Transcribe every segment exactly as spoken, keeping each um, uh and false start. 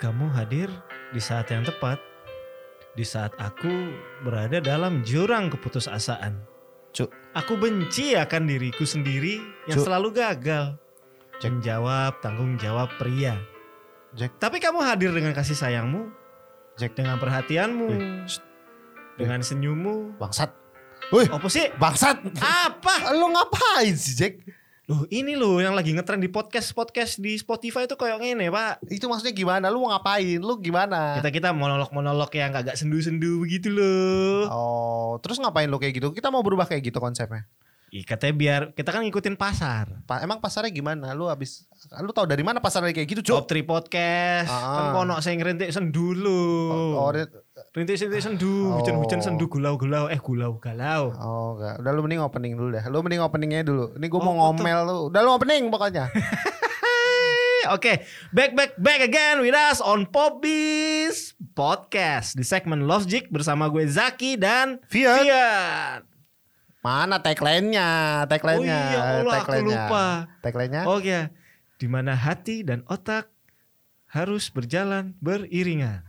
Kamu hadir di saat yang tepat, di saat aku berada dalam jurang keputusasaan. Cuk. Aku benci akan diriku sendiri yang Cuk. selalu gagal menjawab tanggung jawab pria. Jack. Tapi kamu hadir dengan kasih sayangmu, Jack. dengan perhatianmu, Eh, shh. dengan senyummu. Bangsat. Woi, Apa sih? bangsat. Apa? Lu ngapain sih, Jack? Loh ini loh yang lagi ngetren di podcast-podcast di Spotify itu kayak ngene Pak. Itu maksudnya gimana? Lu mau ngapain? Lu gimana? Kita-kita monolog-monolog yang agak sendu-sendu begitu loh. Oh, terus ngapain lu kayak gitu? Kita mau berubah kayak gitu konsepnya. Ih, katanya biar kita kan ngikutin pasar. Pa- emang pasarnya gimana? Lu habis lu tahu dari mana pasarnya kayak gitu, Cuk? Top three podcast. Ah. Kan kono sing ngrintik sendu lho. Oh, oh, Rintik-rintik sendu, Oh. hujan-hujan sendu gulau-gulau eh gulau-galau. oh enggak. Udah lu mending opening dulu dah. Lu mending openingnya dulu. Ini gue Oh, mau ngomel lu. Udah lu opening pokoknya. Oke, back back back again with us on Popbiz Podcast di segmen Logic bersama gue Zaki dan Fiat. Fiat. Mana tagline-nya? Tagline-nya. Oh iya, Allah, aku Tagline-nya. lupa. Tagline-nya? Oh ya, di mana hati dan otak harus berjalan beriringan.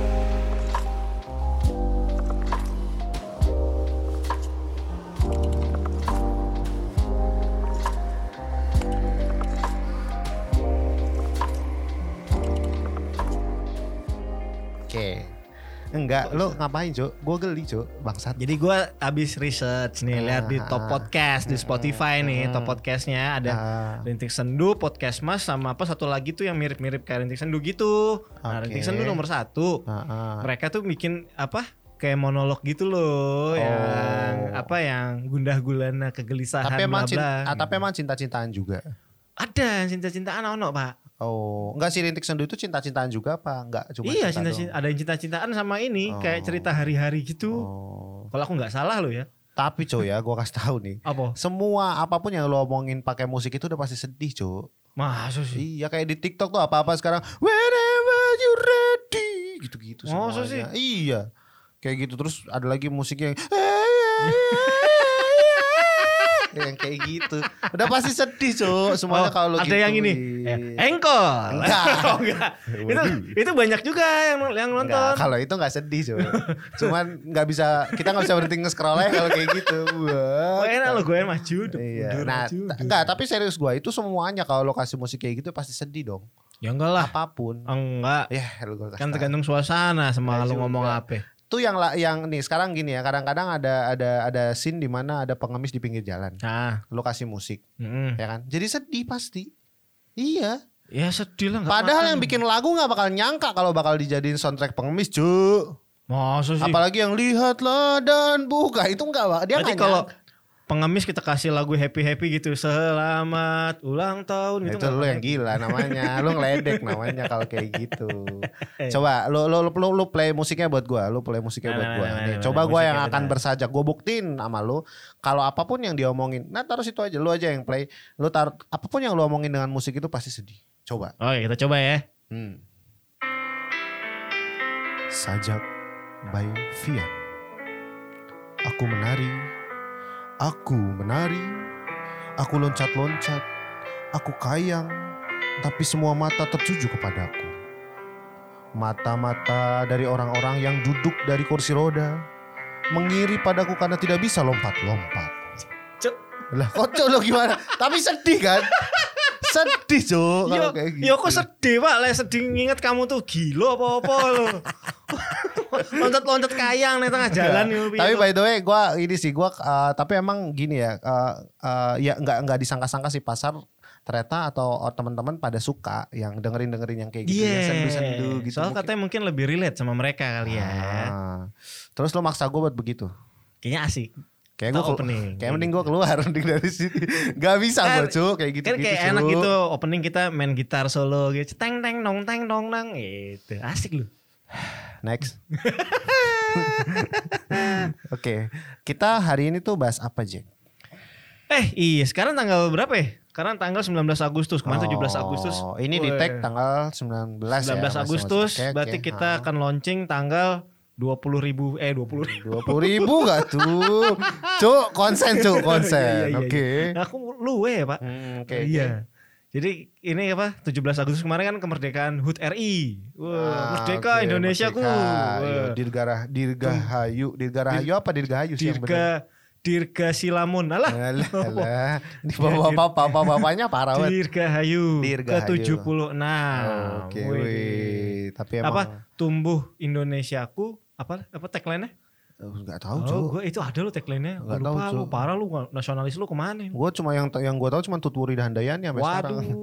Oke. Enggak, lu ngapain, Cuk? Gue geli, Cuk. Bangsat. Jadi gue abis research nih, lihat di top podcast di Spotify nih, top podcastnya ada Ah. Rintik Sendu, Podcast Mas, sama apa satu lagi tuh yang mirip-mirip kayak Rintik Sendu gitu. Nah, Oke. Rintik Sendu nomor satu. Ah, ah. Mereka tuh bikin apa? Kayak monolog gitu loh, Oh. yang apa yang gundah gulana kegelisahan Tapi emang bla bla. cinta, ah, tapi emang cinta-cintaan juga. Ada yang cinta-cintaan ono Pak. Oh, enggak sih Rintik Sendu itu cinta-cintaan juga apa? Enggak cuma Iya, cinta cinta, doang? ada yang cinta-cintaan sama ini, Oh. kayak cerita hari-hari gitu. Oh. Kalau aku nggak salah loh ya. Tapi Cuk ya, gue kasih tahu nih. Apa? Semua apapun yang lo omongin pakai musik itu udah pasti sedih, Cuk. Masa sih? Iya, kayak di TikTok tuh apa-apa sekarang whenever you ready gitu-gitu Masa semuanya. sih? Iya. Kayak gitu terus ada lagi musik yang yang kayak gitu. Udah pasti sedih, Cuk. Semuanya Oh, kalau ada gitu. yang ini eh, engkol. Enggak. Oh, enggak. Itu itu banyak juga yang yang nonton. Enggak, kalau itu enggak sedih, Cuk. Cuman enggak bisa, kita enggak bisa berhenti nge-scroll aja kalau kayak gitu. Wah. Oh, enak lo gue yang maju. Iya. mundur, Nah, maju, t- mundur. enggak, tapi serius gua itu semuanya kalau lo kasih musik kayak gitu pasti sedih dong. Ya enggak lah. Apapun. Enggak. Ya, lu gua kasih Kan tahu. tergantung suasana sama Ya lu juga. ngomong apa. Itu yang la- yang nih sekarang gini ya, kadang-kadang ada ada ada scene di mana ada pengemis di pinggir jalan. Nah, Lo kasih musik, mm. ya kan? Jadi sedih pasti. Iya. Ya sedih lah. nggak Padahal makan. yang bikin lagu nggak bakal nyangka kalau bakal dijadiin soundtrack pengemis, Cuk. Masa sih? Apalagi yang lihatlah dan buka itu enggak, Pak. Dia Berarti nggak kalau nyangka. pengemis kita kasih lagu happy-happy gitu, selamat ulang tahun gitu. Itu nggak lu yang pakai. gila namanya. Lu ngeledek namanya kalau kayak gitu. Coba lu lu lu, lu play musiknya buat gua. Lu play musiknya Nah, buat nah, gua. nah, Nih, nah, coba nah, gua yang musiknya akan benar. bersajak. Gua buktiin sama lu kalau apapun yang diomongin. Nah, taruh situ aja. Lu aja yang play. Lu taruh apapun yang lu omongin dengan musik itu pasti sedih. Coba. Oh, ya, kita coba ya. Hmm. Sajak by Fiat. Aku menari. Aku menari. Aku loncat-loncat. Aku kayang. Tapi semua mata tertuju kepadaku. Mata-mata dari orang-orang yang duduk dari kursi roda mengiri padaku karena tidak bisa lompat-lompat. Cuk. Lah kocok lo gimana? Tapi sedih kan? Sedih, Cuk, Yo, kalau kayak gitu. yo kok sedih Pak, lah sedih nginget kamu tuh gila apa-apa lo. Loncat-loncat kayang nih tengah jalan yo. Tapi by the way gue ini sih gue uh, tapi emang gini ya uh, uh, ya nggak nggak disangka-sangka sih pasar ternyata atau teman-teman pada suka yang dengerin dengerin yang kayak gitu Iya. yang sendu-sendu gitu. Soal Mungkin- katanya mungkin lebih relate sama mereka kali ya. Ah. Terus lo maksa gue buat begitu. Kayaknya asik. Kayak gue Atau opening. kayak mending gue keluar mending dari sini. Gak bisa Kan- gue Cuk kayak gitu Kan gitu. kayak enak gitu opening kita main gitar solo gitu. Teng teng dong teng dong nang itu. Asik lu. Next. Oke, kita hari ini tuh bahas apa, Jack? Eh iya sekarang tanggal berapa ya? Sekarang tanggal sembilan belas Agustus, kemarin tujuh belas Agustus. Oh, ini di Weh. tag tanggal sembilan belas ya. sembilan belas Agustus, Oke, oke. berarti kita Ah. akan launching tanggal dua puluh ribu eh dua puluh ribu. dua puluh ribu gak tuh? Cuk, konsen Cuk, konsen. Iya, iya, iya, Oke. iya. Nah, aku luwe ya Pak. Hmm, Oke. Iya. Jadi ini apa? tujuh belas Agustus kemarin kan kemerdekaan H U T R I. Wah, Ah, merdeka oke, Indonesiaku. merdeka. Iya, Wah. Dirgara, Dirgahayu, Dirgahayu apa Dirgahayu sih yang benar? Dirga Dirga Silamun. Alah. Alah, alah. Ini bapak-bapak, bapak-bapaknya parah banget. Dirgahayu Dirgahayu. ke tujuh puluh enam. Oke, Wih. wih. Tapi emang Apa? Tumbuh Indonesiaku apa apa tagline-nya? Enggak tahu, Oh, Cuk. gue itu ada lo tagline-nya. Gue Nggak tahu, lupa lu, Cuk. parah lu, nasionalis lu kemana? Gue cuma yang yang gue tahu cuma Tutwuri Handayani sampai sekarang. Waduh.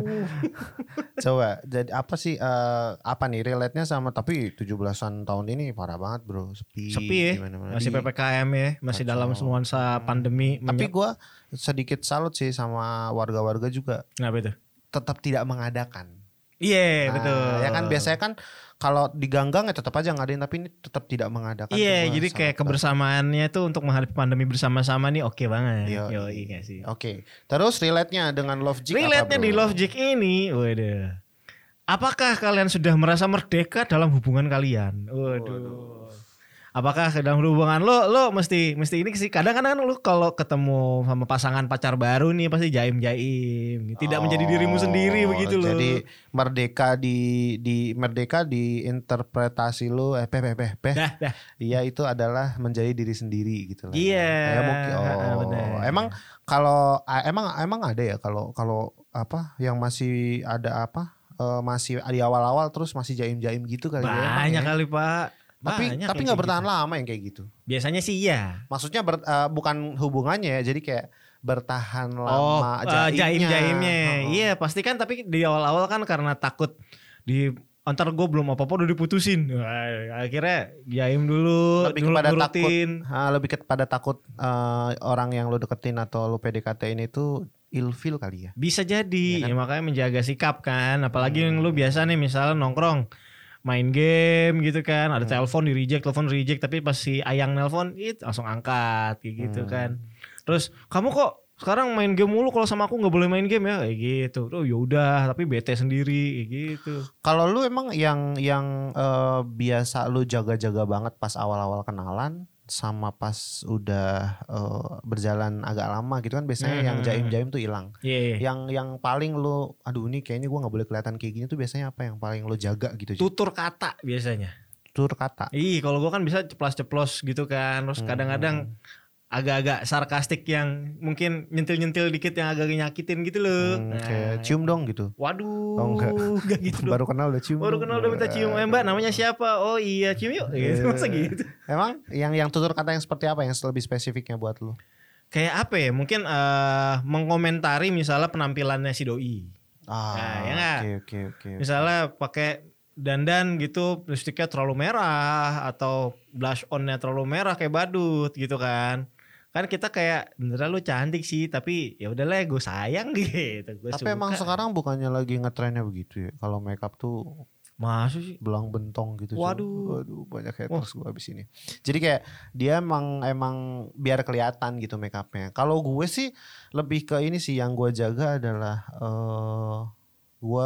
Coba jadi apa sih eh, apa nih relate-nya sama tapi tujuh belasan tahun ini parah banget, Bro. Sepi. Sepi ya. Gimana-mana. Masih Di- P P K M ya, masih Kacau. dalam nuansa pandemi. Tapi menye- gue sedikit salut sih sama warga-warga juga Kenapa itu? tetap tidak mengadakan. Iya, Nah, betul. Ya kan biasanya kan kalau diganggang ya tetap aja ngadain tapi ini tetap tidak mengadakan. Iya, Tuh gua jadi sangat kayak bagus. kebersamaannya tuh untuk menghadapi pandemi bersama-sama nih oke banget. Yo, Yo, iya sih. Oke. Terus relate-nya dengan Love Jig apa, Relate-nya bro? di Love Jig ini, waduh. Apakah kalian sudah merasa merdeka dalam hubungan kalian? Waduh. Apakah dalam hubungan lo lo mesti mesti ini sih kadang-kadang lo kalau ketemu sama pasangan pacar baru nih pasti jaim-jaim, tidak menjadi dirimu sendiri Oh, begitu loh. Jadi merdeka di di merdeka di interpretasi lu eh peh peh peh peh. Dah, dah. Iya itu adalah menjadi diri sendiri gitu lah. Iya, Ya, mungkin oh. ha-ha, benar. Emang kalau ah, emang emang ada ya kalau kalau apa yang masih ada apa eh, masih di awal-awal terus masih jaim-jaim gitu kali ya. emang Banyak ya? kali, Pak. Tapi Banyak tapi yang nggak kayak bertahan gitu. lama yang kayak gitu. Biasanya sih iya. Maksudnya ber- eh, bukan hubungannya ya, jadi kayak bertahan Oh, lama eh, jaim-jaimnya. Oh. Iya, pasti kan tapi di awal-awal kan karena takut di antar gue belum apa-apa udah diputusin. Wah, akhirnya jaim dulu, Lebih dulu kepada nurutin. Ah, lebih kepada takut eh, orang yang lo deketin atau lo P D K T-in itu ilfeel kali ya. Bisa jadi, Ya kan? ya makanya menjaga sikap kan. Apalagi yang lu biasa nih misalnya nongkrong main game gitu kan, ada Hmm. telepon di reject, telepon reject, tapi pas si Ayang nelpon, it langsung angkat kayak gitu Hmm. kan. Terus kamu kok sekarang main game mulu, kalau sama aku nggak boleh main game ya kayak gitu. Oh yaudah, tapi bete sendiri kayak gitu. Kalau lu emang yang yang eh, biasa lu jaga-jaga banget pas awal-awal kenalan sama pas udah eh, berjalan agak lama gitu kan biasanya Hmm. yang jaim-jaim tuh hilang. Iya. iya. Yang yang paling lu aduh ini kayaknya gua nggak boleh kelihatan kayak gini tuh biasanya apa yang paling lu jaga gitu. Jik? Tutur kata biasanya. Tutur kata. Ih, kalau gua kan bisa ceplos-ceplos gitu kan. Terus Hmm. kadang-kadang agak-agak sarkastik yang mungkin nyentil-nyentil dikit yang agak nyakitin gitu loh. Hmm, Nah, kayak cium dong gitu. Waduh, Oh, enggak. enggak gitu dong. Baru kenal udah cium. Baru dong. kenal udah minta cium. Eh mbak, namanya siapa? Oh iya, cium yuk. Gitu, masa gitu. Emang yang yang tutur kata yang seperti apa yang lebih spesifiknya buat lu? Kayak apa ya? Mungkin eh, mengomentari misalnya penampilannya si doi. Ah, Nah, ya nggak? oke oke oke. Misalnya pakai dandan gitu, lipstiknya terlalu merah atau blush onnya terlalu merah kayak badut gitu kan. Kan kita kayak beneran lu cantik sih, tapi ya udahlah gue sayang gitu. Gua Tapi suka. emang sekarang bukannya lagi ngetrennya begitu ya? Kalau makeup tuh Masa sih? belang bentong gitu. cuy. Waduh. Waduh, banyak haters gue abis ini. Jadi kayak dia emang emang biar kelihatan gitu makeupnya. Kalau gue sih lebih ke ini sih yang gue jaga adalah eh gue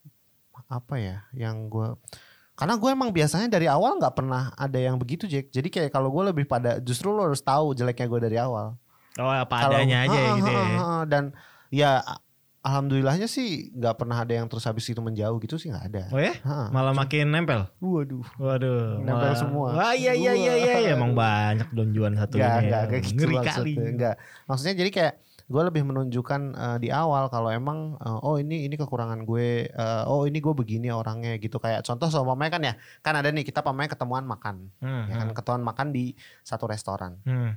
apa ya? Yang gue karena gue emang biasanya dari awal nggak pernah ada yang begitu Jack. Jadi kayak kalau gue lebih pada justru lo harus tahu jeleknya gue dari awal. Oh apa Kalau- adanya aja ya Ha, gitu ha, ya. ha, ha. Dan ya alhamdulillahnya sih nggak pernah ada yang terus habis itu menjauh gitu sih nggak ada. Oh ya? Ha. Malah makin nempel. Waduh. Waduh, Nempel malah- semua. Wah iya iya iya iya, iya. Emang banyak donjuan satu Enggak, ini. enggak ya. kayak gitu Ngeri maksudnya. kali. Enggak. Maksudnya jadi kayak gue lebih menunjukkan eh, di awal kalau emang eh, oh ini ini kekurangan gue, eh, oh ini gue begini orangnya gitu. Kayak contoh seumpamanya kan ya, kan ada nih kita pamanya ketemuan makan, Hmm, ya kan hmm, ketemuan makan di satu restoran. hmm.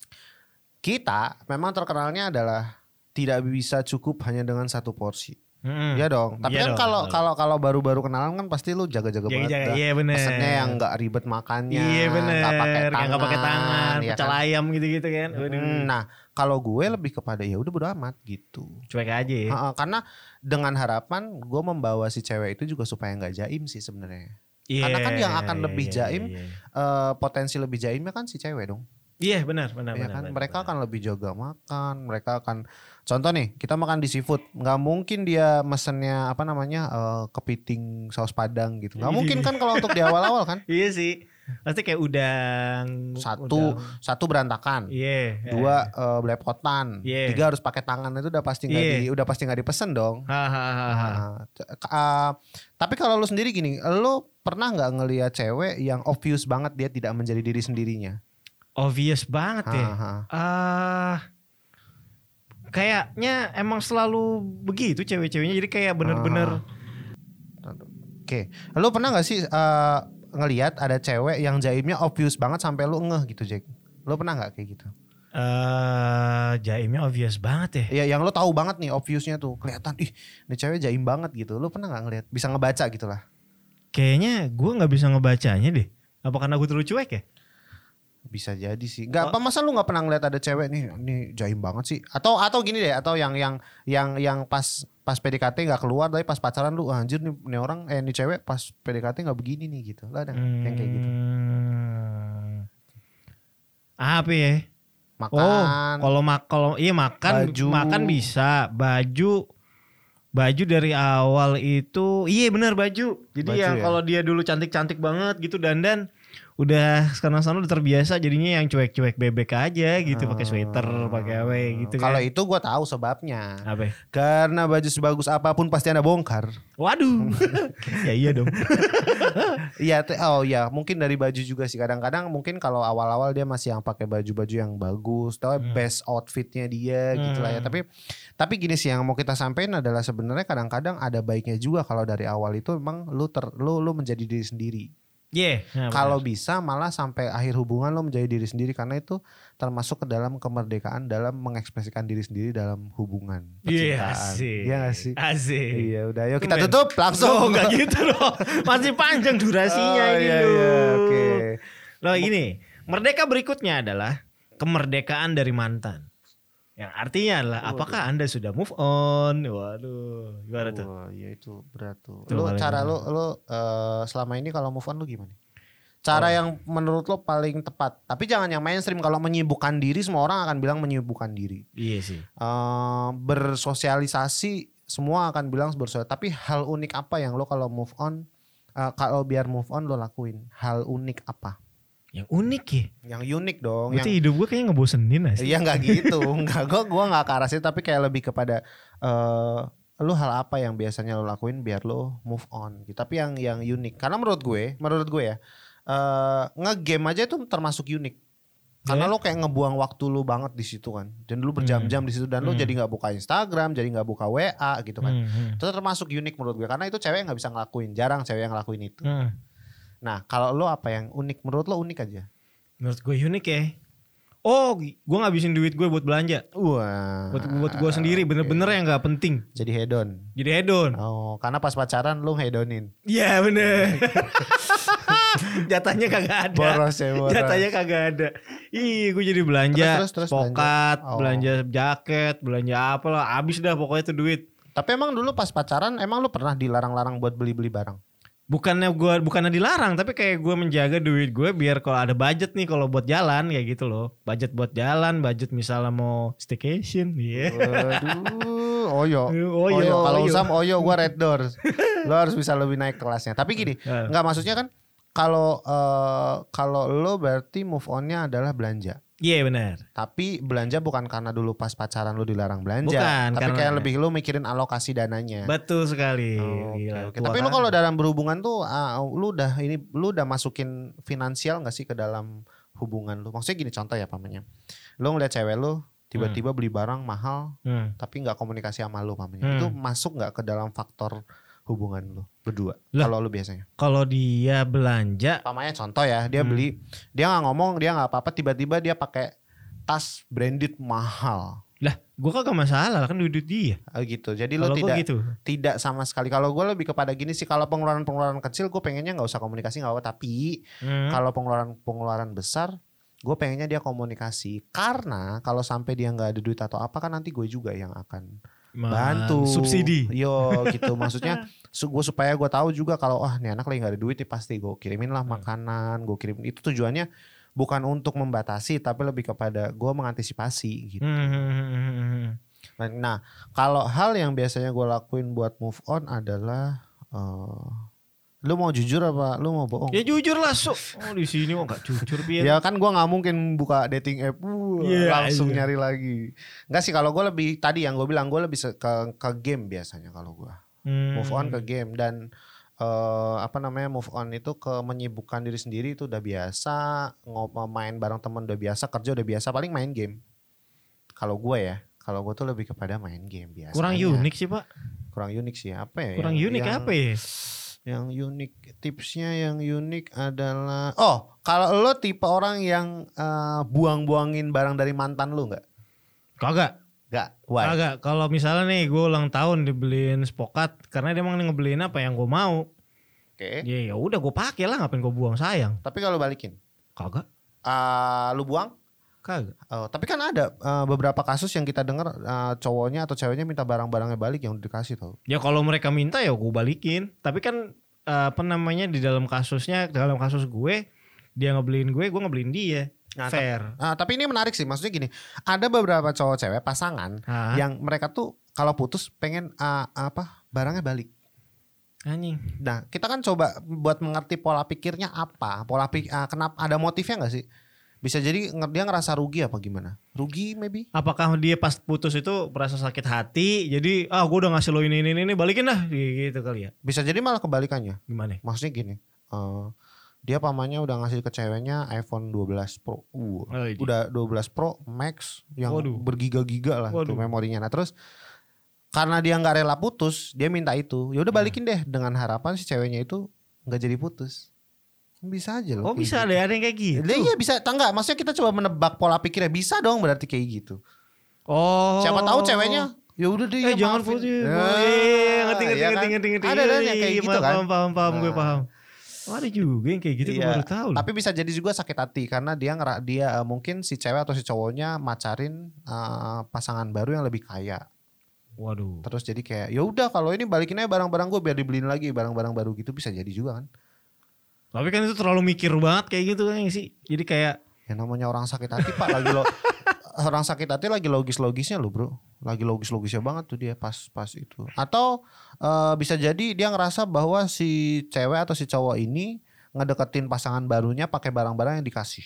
Kita memang terkenalnya adalah tidak bisa cukup hanya dengan satu porsi. Hmm. Iya dong. Tapi Iya kan dong, kalau betul. kalau kalau baru-baru kenalan kan pasti lu jaga-jaga banget. Jaga-jaga, dah. iya bener. Pesennya yang nggak ribet makannya, Iya bener. nggak pakai Yang tangan, nggak pakai tangan, ya pecel kan? ayam gitu-gitu kan. Waduh. Hmm, Nah, kalau gue lebih kepada ya udah bodo amat gitu. Cuek aja ya. Ha-ha, karena dengan harapan gue membawa si cewek itu juga supaya nggak jaim sih sebenarnya. Iya, Karena kan yang akan iya, lebih iya, jaim, iya, iya. Eh, potensi lebih jaimnya kan si cewek dong. Iya benar benar Ya benar. kan, benar, mereka benar. akan lebih jaga makan, mereka akan contoh nih kita makan di seafood, nggak mungkin dia mesennya apa namanya eh, kepiting saus padang gitu, nggak Iya. mungkin kan kalau untuk di awal-awal kan. Iya sih. Pasti kayak udang. Satu, udang. satu berantakan. Iya. Yeah, Dua uh, belepotan. Yeah. Tiga harus pakai tangan, itu udah pasti nggak Yeah. di, udah pasti nggak dipesen dong. Hahaha. Nah, uh, tapi kalau lu sendiri gini, lu pernah nggak ngelihat cewek yang obvious banget dia tidak menjadi diri sendirinya? Obvious banget ya. Ah, uh, kayaknya emang selalu begitu cewek-ceweknya. Jadi kayak bener-bener. Oke, okay. Lu pernah nggak sih uh, ngelihat ada cewek yang jaimnya obvious banget sampai lu ngeh gitu, Jack? Lu pernah nggak kayak gitu? Uh, jaimnya obvious banget ya? Iya, yang lu tahu banget nih obviousnya tuh kelihatan, ih, ini cewek jaim banget gitu. Lu pernah nggak ngelihat? Bisa ngebaca gitu lah? Kayaknya gue nggak bisa ngebacanya deh. Apa karena gue terlalu cuek ya? Bisa jadi sih. Gak apa, oh. Masa lu nggak pernah ngeliat ada cewek nih, nih jaim banget sih? Atau atau gini deh, atau yang yang yang yang pas pas P D K T nggak keluar, tapi pas pacaran lu, ah, anjir nih, nih orang, eh nih cewek pas P D K T nggak begini nih gitu. Lah ada hmm. yang kayak gitu. Apa ya? Makan. Oh, kalau mak kalau iya makan, baju. Makan bisa, baju. Baju dari awal itu, iya benar baju. Jadi baju yang ya? Kalau dia dulu cantik-cantik banget gitu dandan, udah sekarang-sekarang udah terbiasa jadinya yang cuek-cuek bebek aja gitu, hmm. pakai sweater, pakai apa gitu. Kalau kan. itu gue tahu sebabnya. Apa? Karena baju sebagus apapun pasti ada bongkar. Waduh. Ya iya dong. Iya, oh ya mungkin dari baju juga sih. Kadang-kadang mungkin kalau awal-awal dia masih yang pakai baju-baju yang bagus, tahu hmm. best outfitnya dia hmm. gitu lah ya. Tapi tapi gini sih yang mau kita sampaikan adalah sebenarnya kadang-kadang ada baiknya juga kalau dari awal itu memang lu ter, lu lu menjadi diri sendiri. Iya. Yeah, kalau bisa malah sampai akhir hubungan lo menjadi diri sendiri, karena itu termasuk ke dalam kemerdekaan dalam mengekspresikan diri sendiri dalam hubungan percintaan. Iya yeah, gak sih? Asik. Iya udah, yuk kita tutup langsung. Oh, enggak gitu loh. Masih panjang durasinya oh, ini iya, loh. Iya, oke. Okay. Loh ini, merdeka berikutnya adalah kemerdekaan dari mantan. Yang artinya adalah oh, apakah aduh. Anda sudah move on? Waduh, gimana oh, tuh? Iya itu berat tuh. Lu cara lu lu uh, selama ini kalau move on lu gimana? Cara oh. yang menurut lo paling tepat. Tapi jangan yang mainstream. Kalau menyibukkan diri, semua orang akan bilang menyibukkan diri. Iya sih. Uh, bersosialisasi, semua akan bilang bersosialisasi. Tapi hal unik apa yang lo kalau move on, uh, kalau biar move on lo lakuin? Hal unik apa? Yang unik ya? Yang unik dong. Berarti yang, hidup gue kayaknya ngebosenin lah sih. Iya gak gitu. Enggak, gue gue gak ke arah situ. Tapi kayak lebih kepada uh, lu hal apa yang biasanya lo lakuin biar lo move on gitu. Tapi yang yang unik. Karena menurut gue, menurut gue ya, uh, nge-game aja itu termasuk unik. Karena yeah. lo kayak ngebuang waktu lo banget di situ kan. Dan lu berjam-jam hmm. di situ dan hmm. lo jadi gak buka Instagram, jadi gak buka W A gitu kan. Hmm. Itu termasuk unik menurut gue. Karena itu cewek gak bisa ngelakuin. Jarang cewek yang ngelakuin itu. Hmm. Nah kalau lo apa yang unik? Menurut lo unik aja? Menurut gue unik ya. Oh gue ngabisin duit gue buat belanja. Wah. Buat, buat gue sendiri bener-bener okay. yang gak penting. Jadi hedon. Jadi hedon. Oh karena pas pacaran lo hedonin. Iya yeah, bener. Jatahnya kagak ada. Boros ya boros. Jatahnya kagak ada. Ih gue jadi belanja. Terus, terus, terus pokat, belanja. Oh. belanja jaket, belanja apalah. Abis dah pokoknya tuh duit. Tapi emang dulu pas pacaran emang lo pernah dilarang-larang buat beli-beli barang? Bukannya gue bukannya dilarang, tapi kayak gue menjaga duit gue biar kalau ada budget nih kalau buat jalan kayak gitu loh. Budget buat jalan, budget misalnya mau staycation, iya. Yeah. Waduh, oyo. Oyo, oyo. Kalau Usam oyo, gue red doors. Lo harus bisa lebih naik kelasnya. Tapi gini, uh. nggak maksudnya kan kalau uh, kalau lo berarti move onnya adalah belanja. Iya yeah, benar. Tapi belanja bukan karena dulu pas pacaran lu dilarang belanja, bukan, tapi karena... kayak lebih lu mikirin alokasi dananya. Betul sekali. Oh, Gila, okay, okay. Tapi kan. Lu kalau dalam berhubungan tuh, uh, lu udah ini, lu udah masukin finansial nggak sih ke dalam hubungan lu? Maksudnya gini contoh ya pamannya, lu ngeliat cewek lu tiba-tiba hmm. beli barang mahal, hmm. tapi nggak komunikasi sama lu pamannya, hmm. itu masuk nggak ke dalam faktor hubungan lu berdua? Kalau lu biasanya? Kalau dia belanja, pamannya contoh ya, dia hmm. beli, dia nggak ngomong, dia nggak apa-apa, tiba-tiba dia pakai tas branded mahal. Lah, gue kagak masalah kan duit dia. Oh gitu. Jadi lo tidak gitu. tidak sama sekali. Kalau gue lebih kepada gini sih, kalau pengeluaran-pengeluaran kecil gue pengennya nggak usah komunikasi nggak apa. Tapi hmm. kalau pengeluaran-pengeluaran besar, gue pengennya dia komunikasi. Karena kalau sampai dia nggak ada duit atau apa kan nanti gue juga yang akan Man, bantu subsidi. Yo gitu. Maksudnya gue supaya gue tahu juga kalau ah nih anak lagi nggak ada duit nih pasti gue kirimin lah makanan. Gue kirimin itu tujuannya. Bukan untuk membatasi tapi lebih kepada gue mengantisipasi gitu. Hmm. Nah kalau hal yang biasanya gue lakuin buat move on adalah uh, Lu mau jujur apa lu mau bohong? Ya jujur lah, so. Oh di sini kok gak jujur Pian. Ya kan gue nggak mungkin buka dating app uh, yeah, langsung yeah. nyari lagi. Enggak sih, kalau gue lebih tadi yang gue bilang gue lebih ke ke game biasanya kalau gue. Hmm. Move on ke game dan uh, apa namanya move on itu ke menyibukkan diri sendiri itu udah biasa, ngobrol main bareng teman udah biasa, kerja udah biasa, paling main game. Kalau gue ya, kalau gue tuh lebih kepada main game biasa. Kurang unik sih Pak. Kurang unik sih apa ya? Kurang yang, unik yang, apa ya? Yang unik, tipsnya yang unik adalah, oh kalau lo tipe orang yang uh, buang-buangin barang dari mantan lo nggak? Kagak. Gak. Why? Kagak. Kalau misalnya nih gue ulang tahun dibeliin spokat, karena dia emang ngebeliin apa yang gue mau. Oke. Okay. Ya udah gue pakai lah, ngapain gue buang, sayang. Tapi kalau balikin? Kagak. Uh, lu buang? Kagak. Oh, tapi kan ada uh, beberapa kasus yang kita dengar uh, cowoknya atau ceweknya minta barang-barangnya balik yang dikasih tau. Ya kalau mereka minta ya gue balikin. Tapi kan uh, apa namanya di dalam kasusnya, dalam kasus gue, dia ngebeliin gue, gue ngebeliin dia. Nah, fair. Tapi, uh, tapi ini menarik sih, maksudnya gini, ada beberapa cowok cewek pasangan Hah? yang mereka tuh kalau putus pengen uh, apa barangnya balik. Anjing. Nah kita kan coba buat mengerti pola pikirnya apa, pola pikir uh, kenapa, ada motifnya nggak sih? Bisa jadi dia ngerasa rugi apa gimana? Rugi maybe? Apakah dia pas putus itu merasa sakit hati, jadi ah gue udah ngasih lo ini ini ini balikin dah gitu kali ya? Bisa jadi malah kebalikannya. Gimana? Maksudnya gini. Uh, Dia pamannya udah ngasih ke ceweknya iPhone dua belas Pro. Uh, oh, udah dua belas Pro Max yang Waduh. bergiga-giga lah Waduh. tuh memorinya. Nah terus karena dia nggak rela putus, dia minta itu. Ya udah balikin hmm. deh dengan harapan si ceweknya itu nggak jadi putus. Bisa aja loh. Oh bisa gitu. Deh ada yang kayak gitu. Iya bisa, enggak. Maksudnya kita coba menebak pola pikirnya, bisa dong berarti kayak gitu. Oh. Siapa tahu ceweknya ya udah deh. Eh ya jangan putus. Iya ngerti ngerti ngerti ngerti ngerti. Ada ada yang kayak gitu kan. Paham paham paham gue paham. Oh, ada juga yang kayak gitu iya, gue baru tahu. Tapi bisa jadi juga sakit hati karena dia ngerak dia uh, mungkin si cewek atau si cowoknya macarin uh, pasangan baru yang lebih kaya. Waduh. Terus jadi kayak ya udah kalau ini balikin aja barang-barang gue biar dibeliin lagi barang-barang baru gitu, bisa jadi juga kan. Tapi kan itu terlalu mikir banget kayak gitu kan sih. Jadi kayak ya namanya orang sakit hati Pak lagi lo orang sakit hati lagi logis-logisnya lo bro. Lagi logis-logisnya banget tuh dia pas-pas itu. Atau uh, bisa jadi dia ngerasa bahwa si cewek atau si cowok ini ngedeketin pasangan barunya pakai barang-barang yang dikasih.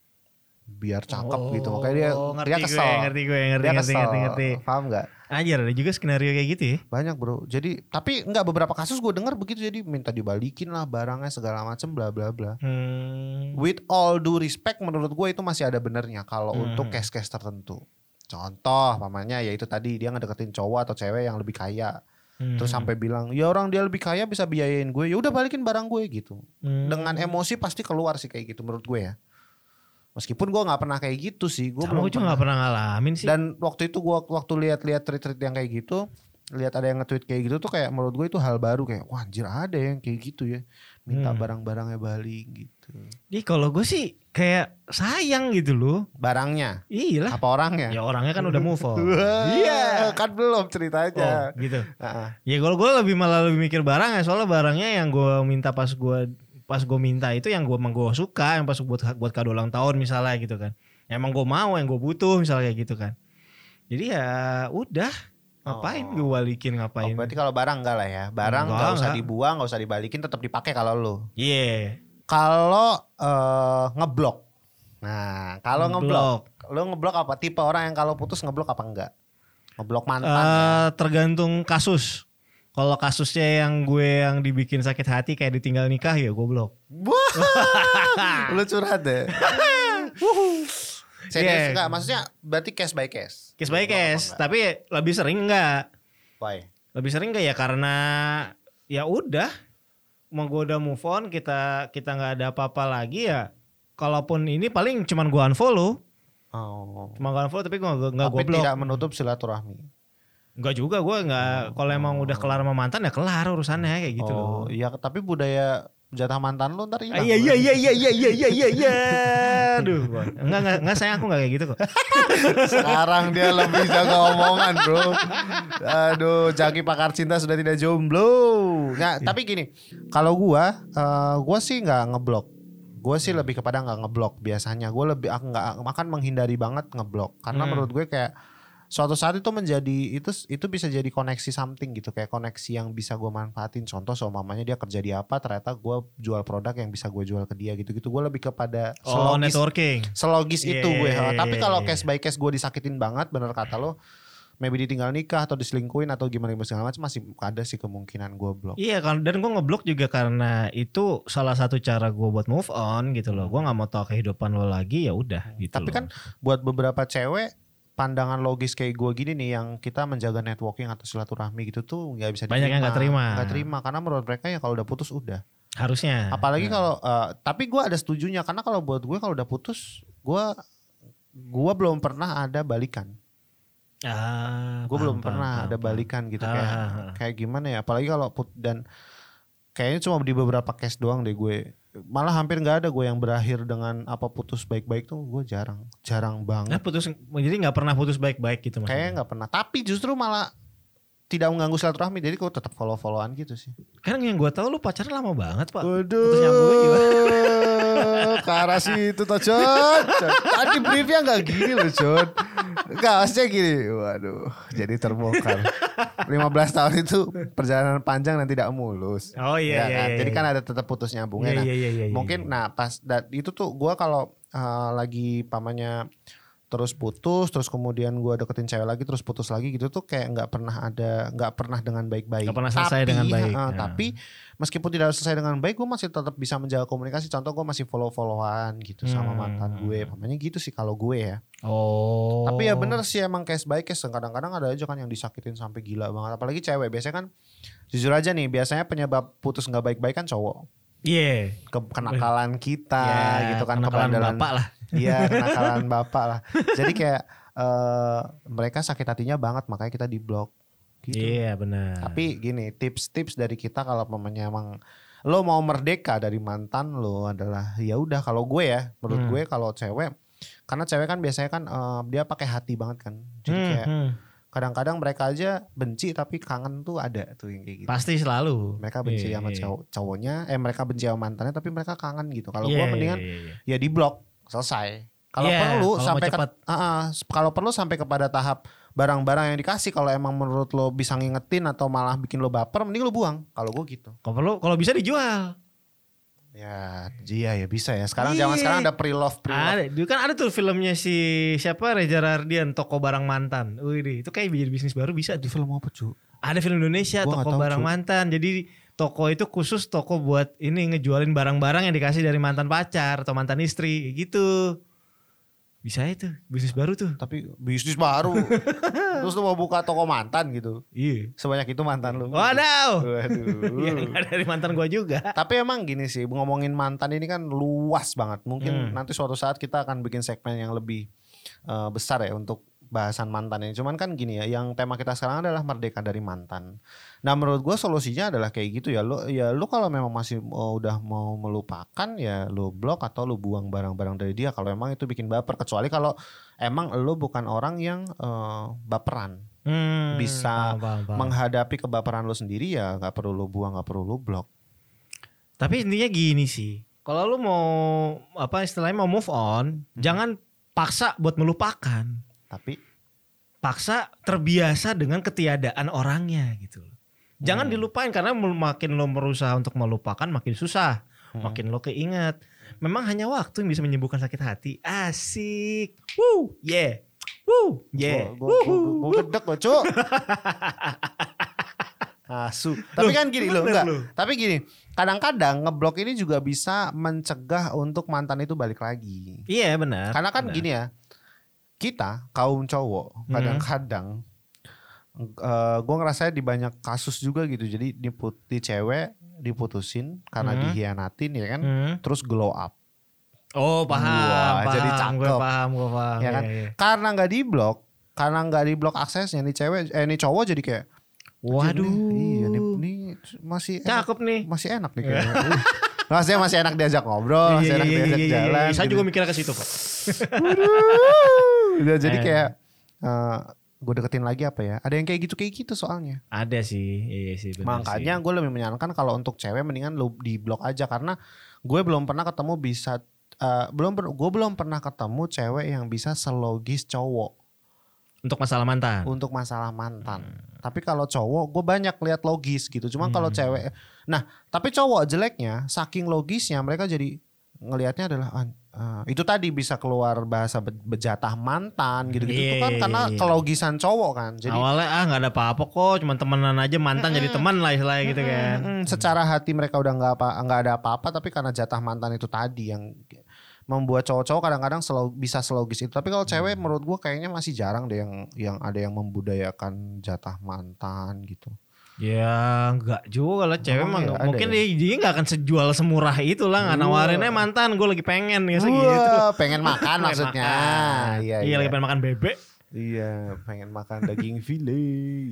Biar cakep oh, gitu. Makanya dia, dia kesel. Gue, ngerti gue, ngerti, dia ngerti, kesel. ngerti, ngerti. Paham gak? Anjir ada juga skenario kayak gitu ya. Banyak bro. Jadi tapi enggak, beberapa kasus gue dengar begitu, jadi minta dibalikin lah barangnya segala macem bla bla bla. Hmm. With all due respect menurut gue itu masih ada benernya kalau hmm. untuk case-case tertentu. Contoh pamannya ya itu tadi dia ngedeketin cowok atau cewek yang lebih kaya. Hmm. Terus sampai bilang ya orang dia lebih kaya bisa biayain gue, ya udah balikin barang gue gitu. Hmm. Dengan emosi pasti keluar sih kayak gitu menurut gue ya. Meskipun gue nggak pernah kayak gitu sih, gue belum juga nggak pernah ngalamin sih. Dan waktu itu gue waktu lihat-lihat tweet-tweet yang kayak gitu, lihat ada yang nge-tweet kayak gitu tuh kayak menurut gue itu hal baru, kayak wah anjir ada yang kayak gitu ya, minta hmm. barang-barangnya balik gitu. Ih kalau gue sih kayak sayang gitu loh. Barangnya? Iya lah. Apa orangnya? Ya orangnya kan udah move on. Iya kan belum ceritanya. Oh, gitu. Uh-uh. Ya kalau gue lebih malah lebih mikir barangnya, soalnya barangnya yang gue minta pas gue pas gue minta itu yang gue emang gue suka, yang pas buat buat kado ulang tahun misalnya gitu kan, emang gue mau, yang gue butuh misalnya kayak gitu kan. Jadi ya udah ngapain oh. gue balikin ngapain. Oh, berarti kalau barang enggak lah ya, barang enggak, enggak usah dibuang, enggak usah dibalikin, tetap dipakai kalau lo. Iya. Yeah. Kalau uh, ngeblok, nah kalau ngeblok, lo ngeblok apa? Tipe orang yang kalau putus ngeblok apa enggak? Ngeblok mantan? Uh, ya? Tergantung kasus. Kalau kasusnya yang gue yang dibikin sakit hati kayak ditinggal nikah ya gue blok. Wah, lu curhat deh. Serius yeah. Enggak, maksudnya berarti case by case. Case by case, tapi lebih sering enggak. Why? Lebih sering enggak ya karena ya udah, mau gue udah move on, kita kita nggak ada apa-apa lagi ya. Kalaupun ini paling cuman gue unfollow. Oh. Cuma gue unfollow tapi gue nggak gue blok. Tapi tidak menutup silaturahmi. Enggak juga, gue enggak. Kalau emang udah kelar sama mantan ya kelar urusannya kayak gitu oh, loh. Iya, tapi budaya jatah mantan lu ntar hilang. Iya iya iya iya iya iya iya iya iya. Aduh, enggak enggak enggak sayang, aku enggak kayak gitu kok. Sekarang dia lebih jaga omongan, bro. Aduh, Jaki pakar cinta sudah tidak jomblo. Nah, ya. Tapi gini, kalau gua uh, gua sih enggak ngeblok. Gua sih lebih kepada enggak ngeblok biasanya. Gua lebih enggak akan menghindari banget ngeblok karena hmm. menurut gue kayak suatu saat itu menjadi itu itu bisa jadi koneksi something gitu, kayak koneksi yang bisa gue manfaatin. Contoh seumpamanya dia kerja di apa, ternyata gue jual produk yang bisa gue jual ke dia gitu-gitu. Gue lebih kepada Oh, selogis, networking. selogis Yeah, itu gue. yeah, Tapi yeah, kalau yeah. case by case gue disakitin banget, bener kata lo, maybe ditinggal nikah atau diselingkuhin atau gimana gimana segala macam, masih ada sih kemungkinan gue blok. Iya kan, dan gue ngeblok juga karena itu salah satu cara gue buat move on gitu loh. Gue nggak mau tahu kehidupan lo lagi, ya udah gitu. Tapi loh. kan buat beberapa cewek pandangan logis kayak gue gini nih, yang kita menjaga networking atau silaturahmi gitu tuh nggak bisa banyak yang nggak terima. Nggak terima karena menurut mereka ya kalau udah putus udah. Harusnya. Apalagi nah. kalau uh, tapi gue ada setujunya, karena kalau buat gue kalau udah putus, gue gue belum pernah ada balikan. Ah, Gue belum paham, pernah paham, ada paham. balikan gitu, Ah, kayak ah, ah. kayak gimana ya, apalagi kalau put dan kayaknya cuma di beberapa case doang deh gue, malah hampir nggak ada gue yang berakhir dengan apa putus baik-baik tuh, gue jarang jarang banget. Nah, putus, jadi nggak pernah putus baik-baik gitu maksudnya. Kayaknya nggak pernah, tapi justru malah tidak mengganggu silaturahmi, jadi gue tetap follow-followan gitu sih. Karena yang gue tahu lu pacaran lama banget pak. Waduh, Putus nyambungnya gimana? ke arah situ toh John. Tadi briefnya nggak gini loh John. Nggak, maksudnya gini. Waduh, jadi terbongkar. lima belas tahun itu perjalanan panjang dan tidak mulus. Oh iya, Ya iya, kan? iya. Jadi iya. kan ada tetap putus nyambungnya. Iya, Nah, iya, iya, iya, mungkin iya. nah pas dat, itu tuh gue kalau uh, lagi pamannya terus putus, terus kemudian gue deketin cewek lagi, terus putus lagi gitu tuh kayak nggak pernah ada, nggak pernah dengan baik-baik. Nggak pernah selesai Tapi, dengan baik. uh, Ya. Tapi meskipun tidak selesai dengan baik, gue masih tetap bisa menjaga komunikasi. Contoh gue masih follow-followan gitu sama Hmm. mantan gue. Namanya gitu sih kalau gue ya. Oh. Tapi ya bener sih emang case by case. Kadang-kadang ada aja kan yang disakitin sampai gila banget. Apalagi cewek. Biasanya kan jujur aja nih, biasanya penyebab putus nggak baik-baik kan cowok. Iya. Ke- kenakalan kita Ya, gitu kan, kenakalan kebandelan bapak lah. Iya, kenakalan bapak lah. Jadi kayak eh, mereka sakit hatinya banget, makanya kita di blok gitu. Iya benar. Tapi gini, tips-tips dari kita kalau mamanya emang lo mau merdeka dari mantan lo adalah ya udah, kalau gue ya, menurut Hmm. gue kalau cewek, karena cewek kan biasanya kan eh, dia pakai hati banget kan. Jadi Hmm, kayak hmm. kadang-kadang mereka aja benci tapi kangen tuh ada tuh yang kayak gitu. Pasti selalu. Mereka benci Iya, sama iya. cowok, cowoknya, eh mereka benci sama mantannya tapi mereka kangen gitu. Kalau Iya, gue mendingan iya, iya. ya di blok, selesai. Kalau Iya, perlu kalau sampai mau ke, cepet. uh, uh, kalau perlu sampai kepada tahap barang-barang yang dikasih, kalau emang menurut lo bisa ngingetin atau malah bikin lo baper, mending lo buang. Kalau gue gitu. Kalau perlu, kalau bisa dijual. Ya, iya ya bisa ya. Sekarang Iya. zaman sekarang ada pre-love, pre-love. Ada, dulu kan ada tuh filmnya si siapa Reza Rardian, Toko Barang Mantan. Wih, itu kayak jadi bisnis baru bisa Di tuh. film apa cu? Ada film Indonesia Gua nggak Toko tahu, Barang Cu. Mantan. Jadi toko itu khusus toko buat ini ngejualin barang-barang yang dikasih dari mantan pacar atau mantan istri gitu. Bisa itu bisnis baru tuh. Tapi bisnis baru. Terus lo mau buka toko mantan gitu. Iya. Sebanyak itu mantan lo. Waduh. Waduh. Ya, nggak dari mantan gua juga. Tapi emang gini sih, ngomongin mantan ini kan luas banget. Mungkin Hmm. nanti suatu saat kita akan bikin segmen yang lebih uh, besar ya untuk bahasan mantan ini. Cuman kan gini ya, yang tema kita sekarang adalah merdeka dari mantan. Nah menurut gue solusinya adalah kayak gitu ya. Lu ya lu kalau memang masih uh, udah mau melupakan ya lu blok atau lu buang barang-barang dari dia kalau emang itu bikin baper. Kecuali kalau emang lu bukan orang yang uh, baperan. Hmm, Bisa paham, paham, paham. menghadapi kebaperan lu sendiri ya nggak perlu lu buang, nggak perlu lu blok. Tapi intinya gini sih. Kalau lu mau apa istilahnya mau move on, Hmm. jangan paksa buat melupakan. Tapi Paksa terbiasa dengan ketiadaan orangnya gitu loh. Jangan Hmm. dilupain karena makin lo berusaha untuk melupakan makin susah. Hmm. Makin lo keinget. Memang hanya waktu yang bisa menyembuhkan sakit hati. Asik. Woo, yeah. Woo, yeah. Gue gue gedek loh cu. Asu. Tapi Loh, kan gini loh, bener enggak. loh. Tapi gini, kadang-kadang ngeblok ini juga bisa mencegah untuk mantan itu balik lagi. Iya benar. Karena kan benar. gini ya, kita kaum cowok kadang-kadang eh gue ngerasa di banyak kasus juga gitu. Jadi diput, di cewek diputusin karena Hmm. dikhianatin ya kan, Hmm. terus glow up. Oh paham, Wah, paham. jadi Gue cakep. paham, gue paham. Ya kan? Iya, iya. Karena nggak diblok, karena nggak diblok aksesnya nih cewek, eh nih cowok jadi kayak Waduh. Nih, iya nih, nih masih enak, Cakep nih. masih enak nih kayaknya. Uh, Maksudnya masih enak diajak ngobrol, masih Iya, enak iya, diajak iya, iya, jalan. iya. Saya gitu. juga mikirnya ke situ kok. Udah jadi Eh. kayak gue deketin lagi apa ya? Ada yang kayak gitu kayak gitu soalnya. Ada sih, iya sih. benar Makanya sih. gue lebih menyarankan kalau untuk cewek mendingan lu di blok aja, karena gue belum pernah ketemu bisa uh, belum gue belum pernah ketemu cewek yang bisa selogis cowok. Untuk masalah mantan. Untuk masalah mantan. Hmm. Tapi kalau cowok gue banyak lihat logis gitu. Cuma hmm. kalau cewek, nah tapi cowok jeleknya saking logisnya mereka jadi ngelihatnya adalah uh, itu tadi bisa keluar bahasa bejatah mantan gitu-gitu yeah, itu kan karena kelogisan cowok kan. Jadi awalnya ah nggak ada apa-apa kok, cuma temenan aja mantan mm, jadi teman lah istilahnya gitu kan. Mm, mm, secara hati mereka udah nggak apa nggak ada apa-apa tapi karena jatah mantan itu tadi yang membuat cowok-cowok kadang-kadang selalu bisa selogis itu. Tapi kalau cewek hmm. menurut gue kayaknya masih jarang deh yang yang ada yang membudayakan jatah mantan gitu. Ya enggak juga lah cewek oh, emang ya, mungkin ya? dia nggak akan sejual semurah itu lah nggak nawarinnya mantan gue lagi pengen ya gitu. Pengen makan maksudnya. Makan. Iya, iya, iya lagi pengen makan bebek. Iya pengen makan daging file.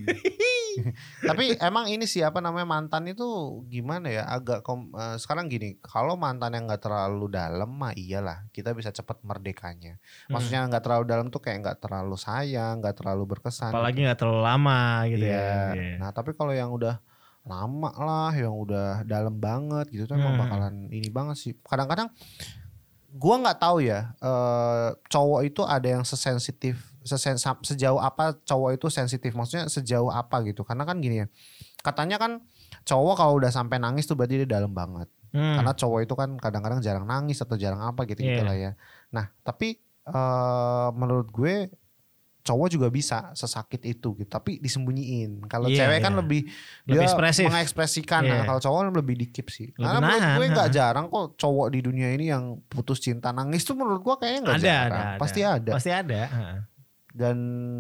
Tapi emang ini sih apa namanya mantan itu gimana ya agak kom, uh, sekarang gini kalau mantan yang nggak terlalu dalam mah iyalah kita bisa cepat merdekanya. Maksudnya nggak hmm. terlalu dalam tuh kayak nggak terlalu sayang, nggak terlalu berkesan. Apalagi nggak gitu. terlalu lama gitu yeah. ya. Yeah. Nah tapi kalau yang udah lama lah, yang udah dalam banget gitu tuh hmm. emang bakalan ini banget sih. Kadang-kadang gua nggak tahu ya uh, cowok itu ada yang sesensitif Sesen, sejauh apa cowok itu sensitif, maksudnya sejauh apa gitu, karena kan gini ya katanya kan cowok kalau udah sampai nangis tuh berarti dia dalam banget hmm. karena cowok itu kan kadang-kadang jarang nangis atau jarang apa gitu yeah. gitulah ya. Nah tapi uh, menurut gue cowok juga bisa sesakit itu gitu tapi disembunyiin. Kalau yeah, cewek yeah. kan lebih, lebih dia ekspresif. mengekspresikan yeah. nah kalau cowok lebih dikip sih. Lebih karena menurut gue nggak ha. jarang kok cowok di dunia ini yang putus cinta nangis tuh menurut gue kayaknya nggak jarang. Ada, ada, pasti ada pasti ada dan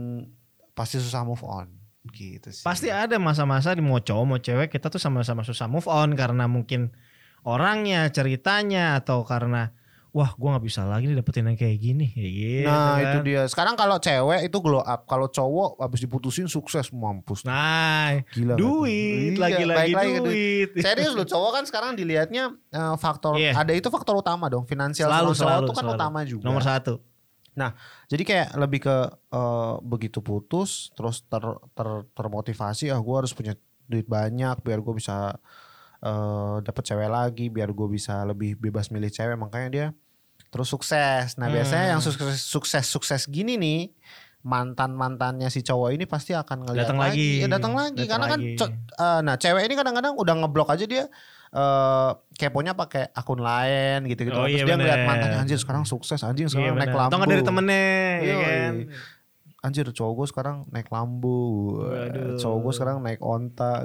pasti susah move on gitu sih. Pasti ada masa-masa di mau cowok mau cewek kita tuh sama-sama susah move on karena mungkin orangnya, ceritanya atau karena wah gue nggak bisa lagi nih dapetin yang kayak gini kayak gitu. Nah kan. itu dia. Sekarang kalau cewek itu glow up, kalau cowok abis diputusin sukses mampus. Nah gila duit lagi-lagi duit. duit. Serius loh cowok kan sekarang dilihatnya uh, faktor yeah. ada itu faktor utama dong, finansial selalu, sama cowok selalu, itu kan selalu. utama juga. Nomor satu. Nah, jadi kayak lebih ke uh, begitu putus, terus ter, ter, termotivasi, ah gue harus punya duit banyak biar gue bisa uh, dapet cewek lagi, biar gue bisa lebih bebas milih cewek, makanya dia terus sukses. Nah, hmm. biasanya yang sukses sukses sukses gini nih, mantan mantannya si cowok ini pasti akan ngeliat datang lagi, ya, datang lagi, datang karena lagi. kan, uh, nah cewek ini kadang-kadang udah ngeblok aja dia. Uh, keponya pakai akun lain gitu-gitu. Oh, terus iya dia bener. ngeliat mantannya anjir sekarang sukses, anjir sekarang iya naik Lambo. Atau dari temennya ya kan. Anjir cowok gue sekarang naik Lambo. Waduh. Cowok gue sekarang naik onta.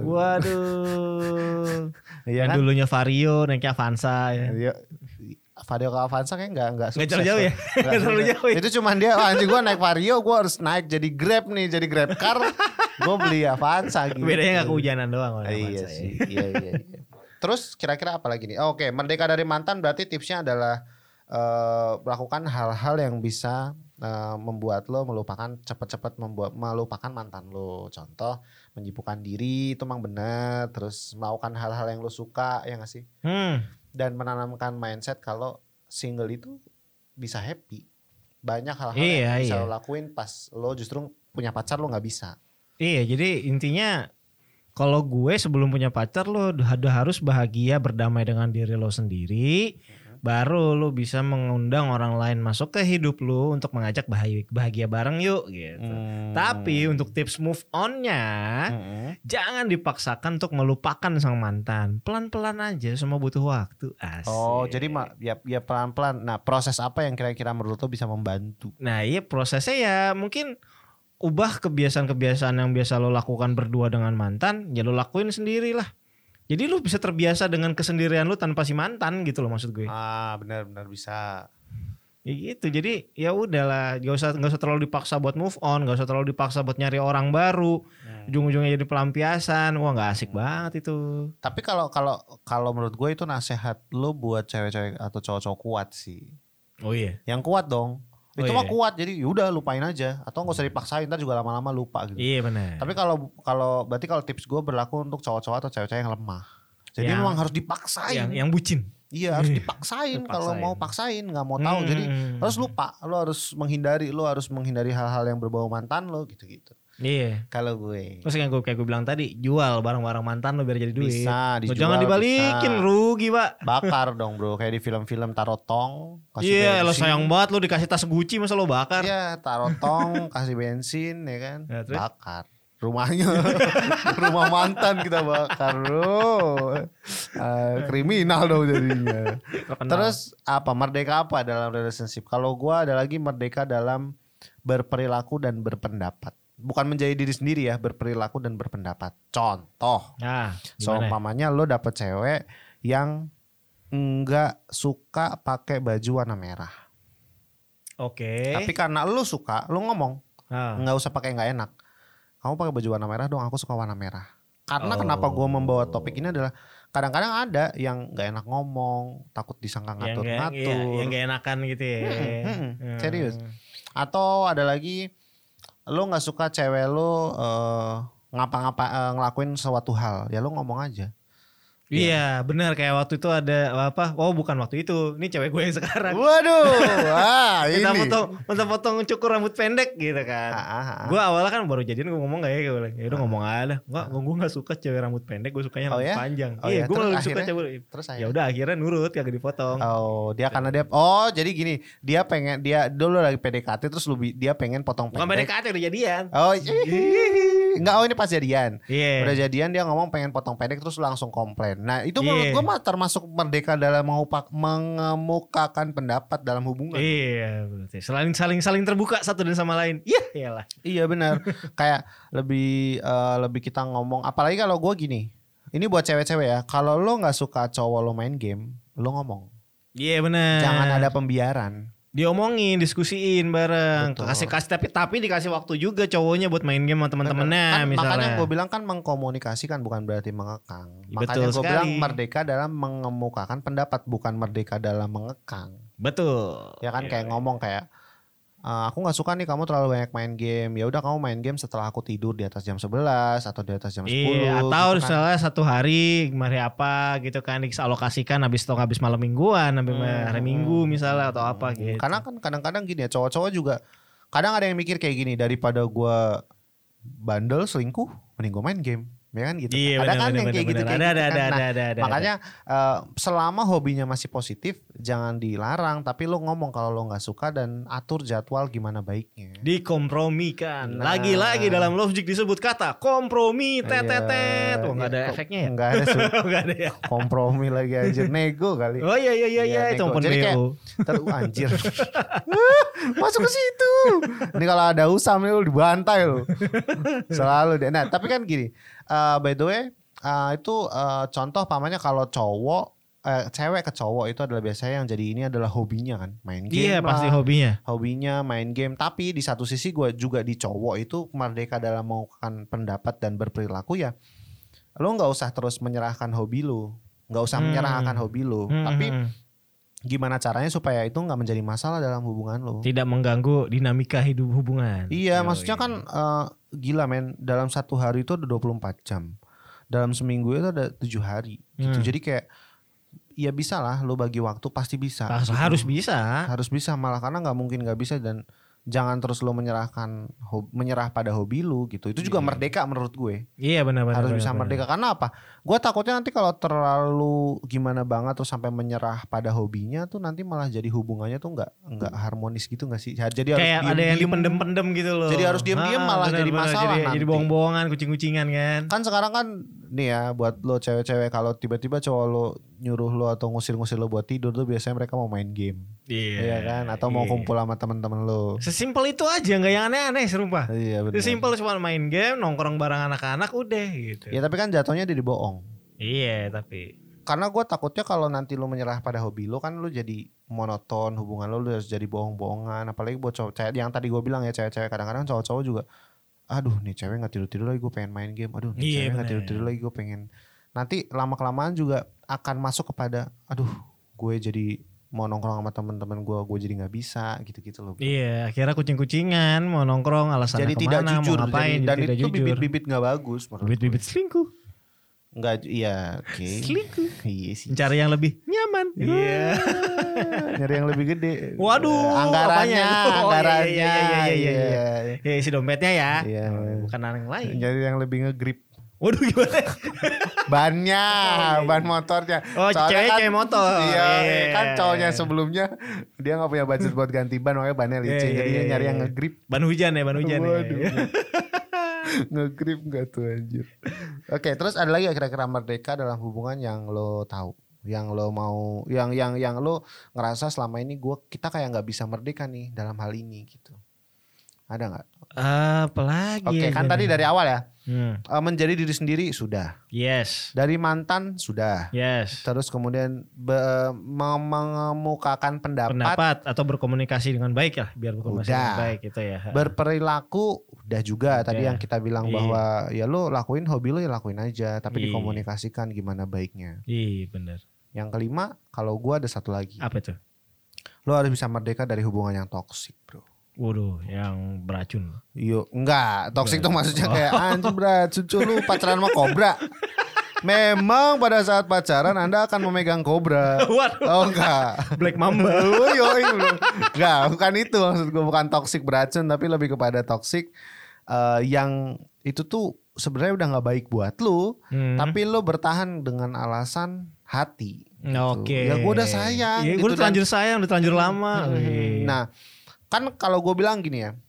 Waduh. Iya kan? Dulunya Vario naiknya Avanza ya. Iya. Vario ke Avanza kayak gak, gak sukses. Gak jauh ya. Gak terlalu jauh ya. Itu cuman dia oh, anjir gue naik Vario gue harus naik jadi Grab nih, jadi Grab car. Gue beli Avanza gitu. Bedanya gak kehujanan doang. Iya sih. Iya iya iya. Terus kira-kira apa lagi nih? Oh, Oke, okay. Merdeka dari mantan berarti tipsnya adalah uh, melakukan hal-hal yang bisa uh, membuat lo melupakan cepat-cepat membuat melupakan mantan lo. Contoh menyibukkan diri itu memang benar. Terus melakukan hal-hal yang lo suka ya nggak sih? Hmm. Dan menanamkan mindset kalau single itu bisa happy. Banyak hal-hal iya, yang bisa iya. lo lakuin pas lo justru punya pacar lo nggak bisa. Iya, jadi intinya kalau gue sebelum punya pacar lo udah harus bahagia berdamai dengan diri lo sendiri. Mm-hmm. Baru lo bisa mengundang orang lain masuk ke hidup lo untuk mengajak bahagia, bahagia bareng yuk gitu. Mm. Tapi untuk tips move on-nya mm-hmm. jangan dipaksakan untuk melupakan sang mantan. Pelan-pelan aja, semua butuh waktu. Asik. Oh jadi ya, ya pelan-pelan. Nah proses apa yang kira-kira menurut lo bisa membantu? Nah iya prosesnya ya mungkin ubah kebiasaan-kebiasaan yang biasa lo lakukan berdua dengan mantan, ya lo lakuin sendiri lah. Jadi lo bisa terbiasa dengan kesendirian lo tanpa si mantan gitu loh maksud gue. Ah benar-benar bisa. Ya gitu. Jadi ya udahlah, gak usah gak usah terlalu dipaksa buat move on, gak usah terlalu dipaksa buat nyari orang baru. Hmm. Ujung-ujungnya jadi pelampiasan, wah nggak asik hmm. banget itu. Tapi kalau kalau kalau menurut gue itu nasihat lo buat cewek-cewek atau cowok-cowok kuat sih. Oh iya. Yang kuat dong. Itu oh, mah iya. kuat jadi yaudah lupain aja atau nggak usah dipaksain ntar juga lama-lama lupa gitu. Iya benar. Tapi kalau kalau berarti kalau tips gue berlaku untuk cowok-cowok atau cewek-cewek yang lemah. Jadi yang, memang harus dipaksain. Yang, yang bucin. Iya harus dipaksain. Kalau mau paksain nggak mau tahu. Hmm. Jadi harus lupa. Lo harus menghindari. Lo harus menghindari hal-hal yang berbau mantan lo gitu-gitu. Iya. Kalau gue. Terus yang gue kayak gue bilang tadi, jual barang-barang mantan lo biar jadi duit. Bisa Lo dijual. jangan dibalikin, bisa. rugi pak. Bakar dong bro, kayak di film-film taruh tong, kasih Iya, lo bensin. sayang banget lo dikasih tas Gucci masa lo bakar. Iya, taruh tong, kasih bensin ya kan, Ya, terus? bakar. Rumahnya, rumah mantan kita bakar bro. Uh, kriminal dong jadinya. Terkenal. Terus apa, merdeka apa dalam relationship? Kalau gue ada lagi merdeka dalam berperilaku dan berpendapat. Bukan menjadi diri sendiri ya, berperilaku dan berpendapat. Contoh, Nah, seumpamanya lo dapet cewek yang enggak suka pakai baju warna merah. Oke. Tapi karena lo suka, lo ngomong, Nah. nggak usah pakai nggak enak. Kamu pakai baju warna merah dong, aku suka warna merah. Karena Oh. kenapa gue membawa topik ini adalah kadang-kadang ada yang nggak enak ngomong, takut disangka yang gak, ngatur-ngatur. iya, yang gak enakan gitu ya. Hmm, hmm, Hmm. serius. Atau ada lagi, lo nggak suka cewek lo uh, ngapa-ngapa uh, ngelakuin suatu hal, ya lo ngomong aja. Iya, benar kayak waktu itu ada apa? Oh, bukan waktu itu. Ini cewek gue yang sekarang. Waduh, wah ini. Kita potong, potong, potong cukur rambut pendek gitu kan. Ah, ah, ah. Gue awalnya kan baru jadian gue ngomong gak ya, gue bilang, ya udah ngomong aja. Enggak, gue gak suka cewek rambut pendek, gue sukanya Oh rambut ya? panjang. Oh iya, ya? gue Terus lebih suka akhirnya? cewek. Terus Ya akhirnya? udah akhirnya nurut, kagak dipotong. Oh, dia karena dia oh jadi gini, dia pengen dia dulu lagi P D K T terus lu bi- dia pengen potong Bukan pendek. P D K T udah jadian. Oh, enggak, oh ini pas jadian. Iya. Udah jadian dia ngomong pengen potong pendek terus lu langsung komplain. Nah, itu Iya. menurut gua mah termasuk merdeka dalam mengupak, mengemukakan pendapat dalam hubungan. Iya, berarti saling saling saling terbuka satu dan sama lain. Iya, iyalah. Iya benar. Kayak lebih eh, lebih kita ngomong, apalagi kalau gua gini. Ini buat cewek-cewek ya. Kalau lo nggak suka cowok lo main game, lo ngomong. Iya benar. Jangan ada pembiaran. Diomongin, diskusiin bareng. Betul. Kasih kasih tapi tapi dikasih waktu juga cowoknya buat main game sama teman-temannya Kan, misalnya. makanya gue bilang kan mengkomunikasikan bukan berarti mengekang. Betul Makanya gue sekali. bilang merdeka dalam mengemukakan pendapat bukan merdeka dalam mengekang. Betul. Ya kan Iya, kayak iya. ngomong kayak e, aku nggak suka nih kamu terlalu banyak main game. Ya udah kamu main game setelah aku tidur di atas jam sebelas atau di atas jam sepuluh. Iya, atau gitu kan. misalnya satu hari hari apa gitu kan dialokasikan habis itu habis malam mingguan sampai Hmm. hari Minggu misalnya atau apa gitu. Karena kan kadang-kadang gini ya cowok-cowok juga kadang ada yang mikir kayak gini, daripada gua bandel selingkuh mending gua main game. Ya kan gitu. Iya, ada benar, kan benar, yang kayak benar, gitu benar. kayak Ada, gitu ada, kan. ada, Nah, ada, ada, ada. makanya eh, selama hobinya masih positif jangan dilarang, tapi lo ngomong kalau lo nggak suka dan atur jadwal gimana baiknya. Dikompromikan. Nah. Lagi-lagi dalam logic disebut kata kompromi tetetet. Iya, Oh, enggak ada iya, kok- efeknya ya? Nggak ada su- Enggak ada ya. kompromi lagi anjir, nego kali. Oh iya iya iya iya, itu nego. pun Jadi kayak B O. ter uh, anjir. Masuk ke situ. Ini kalau ada Usam nih lu dibantai lu. Selalu deh. Nah, tapi kan gini. uh, by the way, uh, itu uh, contoh pamannya kalau cowok eh, cewek ke cowok itu adalah biasanya yang jadi ini adalah hobinya kan, main game. Iya, lah. pasti hobinya. Hobinya main game. Tapi di satu sisi gue juga di cowok itu merdeka dalam melakukan pendapat dan berperilaku ya. Lo nggak usah terus menyerahkan hobi lo, nggak usah Hmm. menyerahkan hobi lo. Hmm, Tapi hmm, hmm. gimana caranya supaya itu nggak menjadi masalah dalam hubungan lo? Tidak mengganggu dinamika hidup hubungan. Iya, Yoi. maksudnya kan eh, gila men, dalam satu hari itu ada dua puluh empat jam. Dalam seminggu itu ada tujuh hari gitu. Hmm. Jadi kayak ya bisa lah lo bagi waktu, pasti bisa. Harus, gitu. harus bisa. Harus bisa, malah karena nggak mungkin nggak bisa. Dan jangan terus lo menyerahkan hob- menyerah pada hobi lo gitu. Itu juga Iya. merdeka menurut gue. Iya benar-benar. Harus bisa merdeka. Karena apa? Gue takutnya nanti kalau terlalu gimana banget terus sampai menyerah pada hobinya tuh nanti malah jadi hubungannya tuh nggak nggak harmonis gitu nggak sih? Jadi harus Kayak ada yang diem-diem. dipendem-pendem gitu loh. Jadi harus diem-diem Ah, malah benar, jadi benar. masalah Jadi, nanti. jadi bohong-bohongan, kucing-kucingan kan. Kan sekarang kan nih ya buat lo cewek-cewek kalau tiba-tiba cowok lo nyuruh lo atau ngusir-ngusir lo buat tidur tuh biasanya mereka mau main game. Iya kan? Atau mau iya. kumpul sama teman-teman lo. Sesimpel itu aja, nggak yang aneh-aneh serupa. Iya benar. Sesimpel cuma main game, nongkrong bareng anak-anak udah gitu. Ya tapi kan jatuhnya jadi bohong. Iya tapi. Karena gue takutnya kalau nanti lo menyerah pada hobi lo kan lo jadi monoton, hubungan lo harus jadi bohong-bohongan. Apalagi buat cowok cewek yang tadi gue bilang ya, cewek-cewek kadang-kadang cowok-cowok juga, aduh nih cewek nggak tidur-tidur lagi gue pengen main game, aduh nih Iya, cewek nggak bener. tidur-tidur lagi gue pengen. Nanti lama-kelamaan juga akan masuk kepada, aduh gue jadi mau nongkrong sama teman-teman gue, gue jadi nggak bisa gitu-gitu loh. Iya, akhirnya kucing-kucingan mau nongkrong alasannya Jadi tidak kemana, jujur, mau ngapain, jadi, dan tidak itu jujur. bibit-bibit nggak bagus. menurut Bibit-bibit gue. selingkuh. Enggak, iya, oke. Okay. Selingkuh. Iya sih. Mencari yang lebih nyaman. Iya. Nyari yang lebih gede. Waduh, anggarannya, apanya? Oh, anggarannya. Iya, iya, iya, iya, iya. iya. Ya isi dompetnya ya. Iya. Bukan yang lain. Nyari yang lebih ngegrip. Waduh gimana? Bannya, Oh, iya, iya. ban motornya. Oh, cewek cewek motor. Iya, Iya. kan cowoknya sebelumnya dia nggak punya budget buat ganti ban, makanya bannya licin. Iya, Jadi iya, dia nyari iya. yang ngegrip. Ban hujan ya, ban hujan Waduh. ya. Ngegrip nggak tuh anjir. Oke, terus ada lagi ya kira-kira merdeka dalam hubungan yang lo tahu, yang lo mau, yang yang yang lo ngerasa selama ini gua kita kayak nggak bisa merdeka nih dalam hal ini gitu. Ada nggak? Apalagi Oke, ya, kan tadi dari awal ya. Hmm. Uh, menjadi diri sendiri sudah. Yes. Dari mantan sudah. Yes. Terus kemudian be- mem- mengemukakan pendapat, Pendapat atau berkomunikasi dengan baik lah, biar berkomunikasi Udah. dengan baik gitu ya. berperilaku udah juga. Udah. Tadi yang kita bilang Iya. bahwa ya lo lakuin hobi lo ya lakuin aja, tapi Iya. dikomunikasikan gimana baiknya. Iya benar. Yang kelima, kalau gua ada satu lagi. Apa itu? Lo harus bisa merdeka dari hubungan yang toksik, bro. Waduh, yang beracun. Yo, enggak, toksik tuh maksudnya Oh. kayak anjing berat, cucu lu pacaran sama kobra. Memang pada saat pacaran Anda akan memegang kobra. Waduh. Oh enggak. Black Mamba. Oh, yoi, bro. Enggak, bukan itu maksud gue, bukan toksik beracun, tapi lebih kepada toksik eh, yang itu tuh sebenarnya udah nggak baik buat lu, Hmm. tapi lu bertahan dengan alasan hati. gitu. Oke. Ya gue udah sayang. Iya, gitu, gue udah dan- terlanjur sayang, udah terlanjur lama. Hmm, Iya. Nah, kan kalau gue bilang gini ya,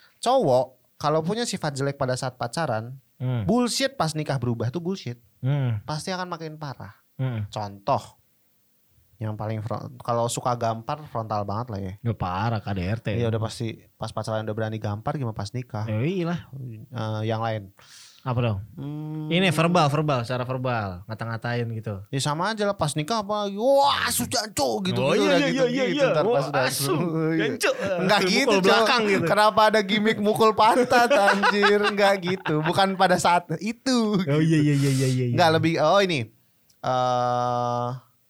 cowok kalau punya sifat jelek pada saat pacaran, Hmm. bullshit pas nikah berubah tuh bullshit, Hmm. pasti akan makin parah. Hmm. Contoh, yang paling front, kalau suka gampar frontal banget lah ya. Udah parah K D R T. Iya udah pasti pas pacaran udah berani gampar, gimana pas nikah? Ya iyalah. Eh, yang lain. Apa dong? Hmm, Ini verbal, verbal, secara verbal, ngata-ngatain gitu. ya sama aja lah pas nikah apa lagi, wah sujanco gitu Oh, gitu iya, udah iya, gitu iya, gitu iya. ntar pas Wah, udah asu, Iya. ganco. Enggak Mukul gitu, belakang Cok. gitu. Kenapa ada gimmick mukul pantat anjir? Enggak gitu. Bukan pada saat itu. Oh iya iya iya iya iya. Enggak lebih oh ini. Eh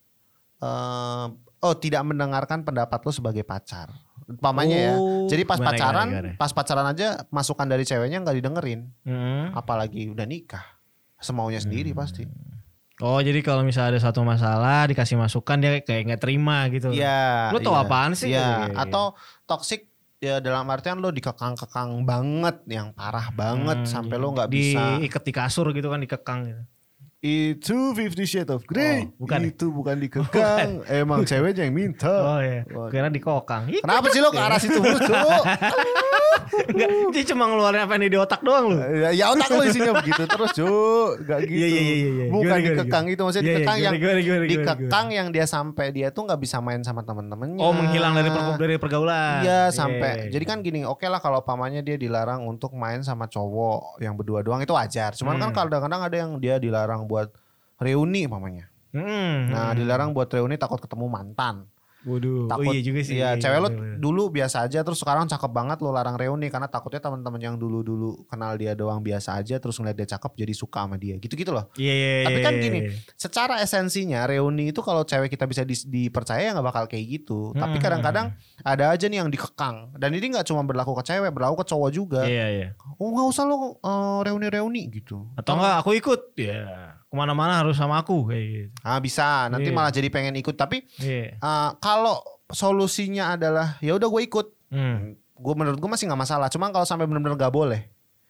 eh, oh tidak mendengarkan pendapat lo sebagai pacar. Umpamanya Oh, ya. Jadi pas gimana, pacaran, gimana, gimana? pas pacaran aja masukan dari ceweknya enggak didengerin. Hmm. Apalagi udah nikah. Semaunya sendiri pasti. Oh jadi kalau misalnya ada satu masalah dikasih masukan dia kayak nggak terima gitu. Iya. Lu tau iya. apaan sih? Iya. Iya, iya. Atau toxic ya dalam artian lo dikekang-kekang banget, yang parah banget Hmm, sampai lo nggak bisa. diikat di kasur gitu kan, dikekang gitu. Itu Fifty Shades of Grey. Oh, bukan. Itu bukan dikekang. Emang ceweknya yang minta. Oh iya. Waduh. Kira dikokang. Ih, Kenapa sih lo ke arah situ mulu, Cuk? Enggak, dia cuma ngeluarin apa yang ada di otak doang lu. Ya, ya otak lo isinya begitu terus, Cuk. Gak gitu. Iya, iya, iya, iya. Bukan Gimana, gimana, dikekang itu, maksudnya Iya, iya, dikekang gimana, yang gimana, gimana, gimana, dikekang yang dia sampai dia tuh nggak bisa main sama temen-temennya. Oh menghilang dari per- dari pergaulan. Iya sampai. Iya, iya, Jadi kan gini, oke lah kalau pamannya dia dilarang untuk main sama cowok yang berdua doang itu wajar. Cuman kan Hmm. kadang-kadang ada yang dia dilarang buat reuni pamannya. Hmm, Nah hmm. dilarang buat reuni takut ketemu mantan. Waduh. Takut, Oh iya juga sih. Iya, Iya, cewek lo bener, bener. dulu biasa aja terus sekarang cakep banget lo larang reuni karena takutnya teman-teman yang dulu-dulu kenal dia doang biasa aja terus ngeliat dia cakep jadi suka sama dia. Gitu-gitu loh. Iya iya. Tapi iya, kan iya, gini, iya. secara esensinya reuni itu kalau cewek kita bisa di- dipercaya nggak bakal kayak gitu. Tapi Hmm, kadang-kadang ada aja nih yang dikekang. Dan ini nggak cuma berlaku ke cewek, berlaku ke cowok juga. Iya iya. Oh nggak usah lo uh, reuni-reuni gitu. Atau enggak aku ikut. Ya. Kemana-mana harus sama aku kayak gitu. Ah bisa, nanti Iya. malah jadi pengen ikut. Tapi Iya. uh, kalau solusinya adalah ya udah gue ikut. Hmm. Gue menurut gue masih nggak masalah. Cuma kalau sampai benar-benar nggak boleh.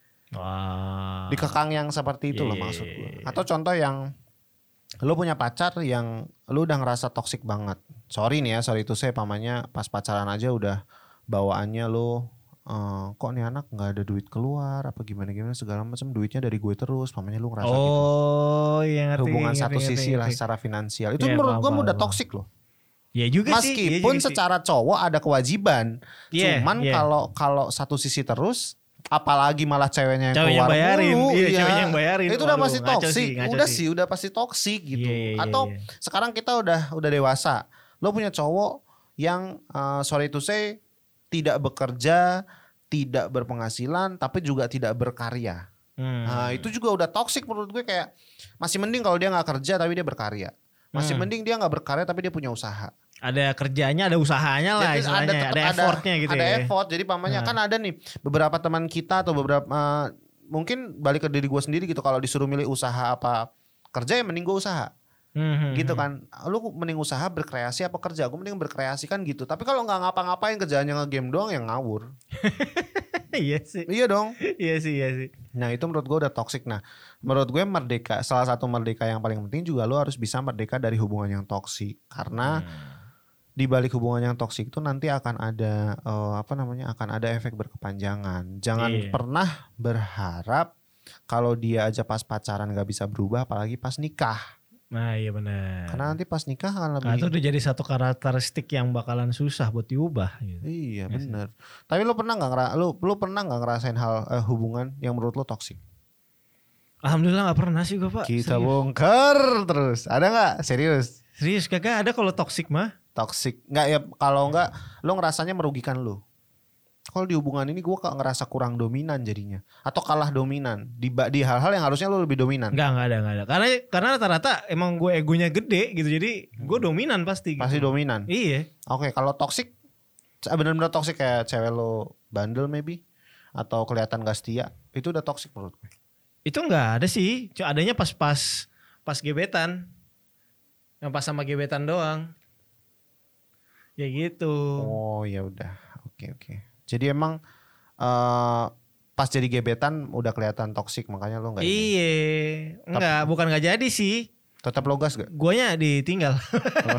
Wah. Dikekang yang seperti itu Iya, loh iya, maksud iya, gue. iya. Atau contoh yang lu punya pacar yang lu udah ngerasa toksik banget. Sorry nih ya, sorry itu saya pamannya pas pacaran aja udah bawaannya lu eh, kok nih anak nggak ada duit keluar apa gimana gimana segala macam, duitnya dari gue terus, pamannya lu ngerasa gitu. Oh iya ngerti. Hubungan ngerti, satu ngerti, sisi lah ngerti. secara finansial. Itu Iya, menurut paham, gue paham, udah paham. toksik loh. Iya juga sih. iya Meskipun juga sih. secara cowok ada kewajiban. Iya, Cuman iya. kalau kalau satu sisi terus apalagi malah ceweknya yang Ceweknya keluar bayarin, mulu, iya, ceweknya yang bayarin. Itu udah Waduh, pasti ngaco toksik. sih, ngaco Udah sih. sih, udah pasti toksik gitu. Iya, iya, Atau iya. sekarang kita udah udah dewasa. Lo punya cowok yang uh, sorry to say tidak bekerja, tidak berpenghasilan, tapi juga tidak berkarya. Hmm. Nah, itu juga udah toksik menurut gue, kayak masih mending kalau dia nggak kerja tapi dia berkarya. Masih Hmm. mending dia nggak berkarya tapi dia punya usaha. Ada kerjanya, ada usahanya lah Jadi istilahnya. tetap Ada, effortnya gitu ada ya. effort. Jadi pamannya Nah. kan ada nih beberapa teman kita atau beberapa uh, mungkin balik ke diri gue sendiri gitu, kalau disuruh milih usaha apa kerja ya mending gue usaha. Hmm. Gitu kan. Lu mending usaha berkreasi apa kerja? Gue mending berkreasi kan gitu. Tapi kalau nggak ngapa-ngapain kerjaannya nge-game doang yang ngawur. Iya sih. Iya dong. Iya sih, iya sih. Nah itu menurut gue udah toxic. Nah menurut gue merdeka, salah satu merdeka yang paling penting juga lu harus bisa merdeka dari hubungan yang toksik. Karena hmm. di balik hubungan yang toksik itu nanti akan ada uh, apa namanya akan ada efek berkepanjangan. Jangan yeah. pernah berharap kalau dia aja pas pacaran gak bisa berubah, apalagi pas nikah. Nah iya benar. Karena nanti pas nikah akan lebih. Nah, itu udah jadi satu karakteristik yang bakalan susah buat diubah. Gitu. Iya benar. Tapi lu pernah nggak ngera, lu lu pernah nggak ngerasain hal uh, hubungan yang menurut lu toksik? Alhamdulillah nggak pernah sih gue Pak. Kita serius. Bongkar terus. Ada nggak? Serius? Serius kagak ada kalau toksik mah. Toksik nggak ya? Kalau nggak, lu ngerasanya merugikan lu. Kalau di hubungan ini gue kok ngerasa kurang dominan jadinya, atau kalah dominan di di hal-hal yang harusnya lu lebih dominan. Enggak, enggak ada, enggak ada. Karena karena rata-rata emang gue egonya gede gitu, jadi gue dominan pasti. Pasti gitu. dominan. Iya. Oke, kalau toksik, benar-benar toksik kayak cewek lo bandel maybe, atau kelihatan gak setia, itu udah toksik menurut gue. Itu enggak ada sih, adanya pas-pas pas gebetan, yang pas sama gebetan doang. Ya gitu. Oh ya udah, oke oke. Jadi emang uh, pas jadi gebetan udah kelihatan toksik, makanya lo nggak. Iya, enggak, bukan nggak jadi sih. Tetap lo gas gak? Guanya ditinggal. Oh.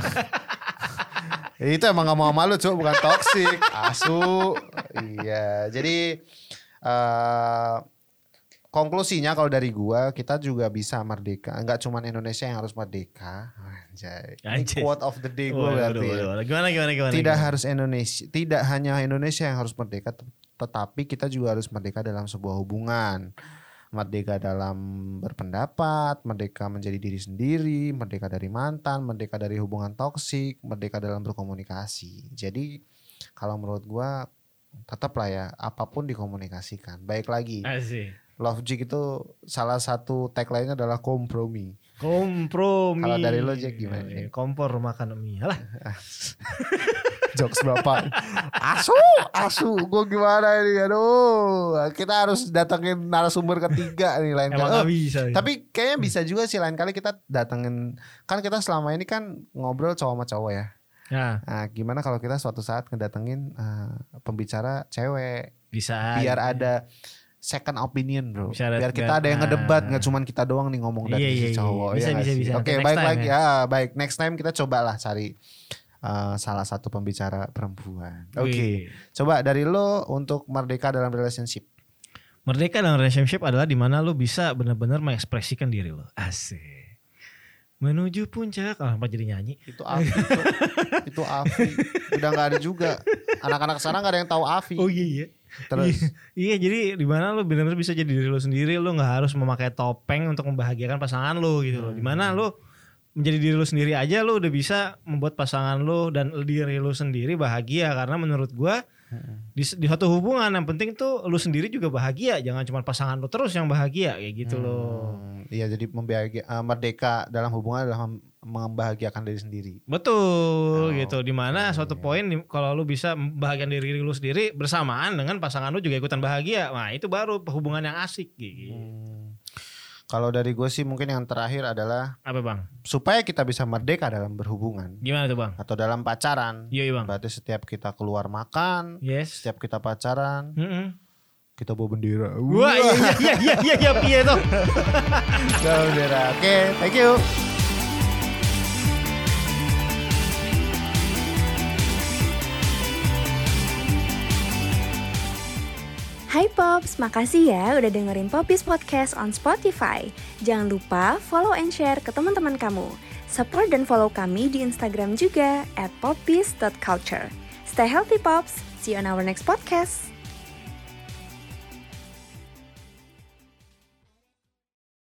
Itu emang nggak mau sama lu, cuy, bukan toksik. Asu. Iya. Jadi uh, konklusinya kalau dari gua, kita juga bisa merdeka. Enggak cuma Indonesia yang harus merdeka. Anjay. Anjay. Ini quote of the day gua berarti. Waduh, waduh. Gimana gimana gimana. Tidak gimana? harus Indonesia, tidak hanya Indonesia yang harus merdeka, tetapi kita juga harus merdeka dalam sebuah hubungan. Merdeka dalam berpendapat, merdeka menjadi diri sendiri, merdeka dari mantan, merdeka dari hubungan toksik, merdeka dalam berkomunikasi. Jadi kalau menurut gua tetaplah ya, apapun dikomunikasikan. Baik lagi. Asik. Logic itu salah satu tagline-nya adalah kompromi. Kompromi. Kalau dari lo Jack gimana? Ya, kompor makan mie. Alah. Jokes bapak. Asu, asu. Gue gimana ini? Aduh. Kita harus datengin narasumber ketiga nih lain kali. Emang Oh, gak bisa. Ya. Tapi kayaknya bisa juga sih lain kali kita datengin. Kan kita selama ini kan ngobrol cowok sama cowok ya. Nah, nah gimana kalau kita suatu saat ngedatengin uh, pembicara cewek. Bisa. Biar aja. ada second opinion bro. Bisa Biar kita ada yang ngedebat, nggak cuman kita doang nih ngomong dari iya, si iya, cowok. bisa, ya bisa, bisa. Oke, Next baik time, lagi ya. ya. Baik, next time kita cobalah cari uh, salah satu pembicara perempuan. Oke, okay. Coba dari lo untuk merdeka dalam relationship. Merdeka dalam relationship adalah dimana lo bisa benar-benar mengekspresikan diri lo. Asik. Menuju puncak. Ah, apa jadi nyanyi? Itu Afi. itu, itu Afi. Udah nggak ada juga. Anak-anak sana nggak ada yang tahu Afi. Oh iya iya. Terus iya, iya jadi di mana lo benar-benar bisa jadi diri lo sendiri, lo nggak harus memakai topeng untuk membahagiakan pasangan lo gitu loh. Hmm. Di mana lo menjadi diri lo sendiri aja lo udah bisa membuat pasangan lo dan diri lo sendiri bahagia, karena menurut gua hmm. di, di satu hubungan yang penting tuh lo sendiri juga bahagia, jangan cuma pasangan lo terus yang bahagia kayak gitu hmm. loh. Iya, jadi membahagia, uh, merdeka dalam hubungan adalah membahagiakan diri sendiri. Betul, oh, gitu. Dimana okay. suatu poin kalau lu bisa membahagiakan diri lu sendiri bersamaan dengan pasangan lu juga ikutan bahagia. Nah itu baru hubungan yang asik gitu. Hmm. Kalau dari gue sih mungkin yang terakhir adalah apa bang? Supaya kita bisa merdeka dalam berhubungan. Gimana tuh bang? Atau dalam pacaran. Iya bang. Berarti setiap kita keluar makan, yes. Setiap kita pacaran, mm-hmm. kita bawa bendera. Wah iya iya iya iya iya iya tuh. Bawa bendera. Oke, okay, thank you. Hai Pops, makasih ya udah dengerin Popis Podcast on Spotify. Jangan lupa follow and share ke teman-teman kamu. Support dan follow kami di Instagram juga at popis dot culture. Stay healthy Pops, see you on our next podcast.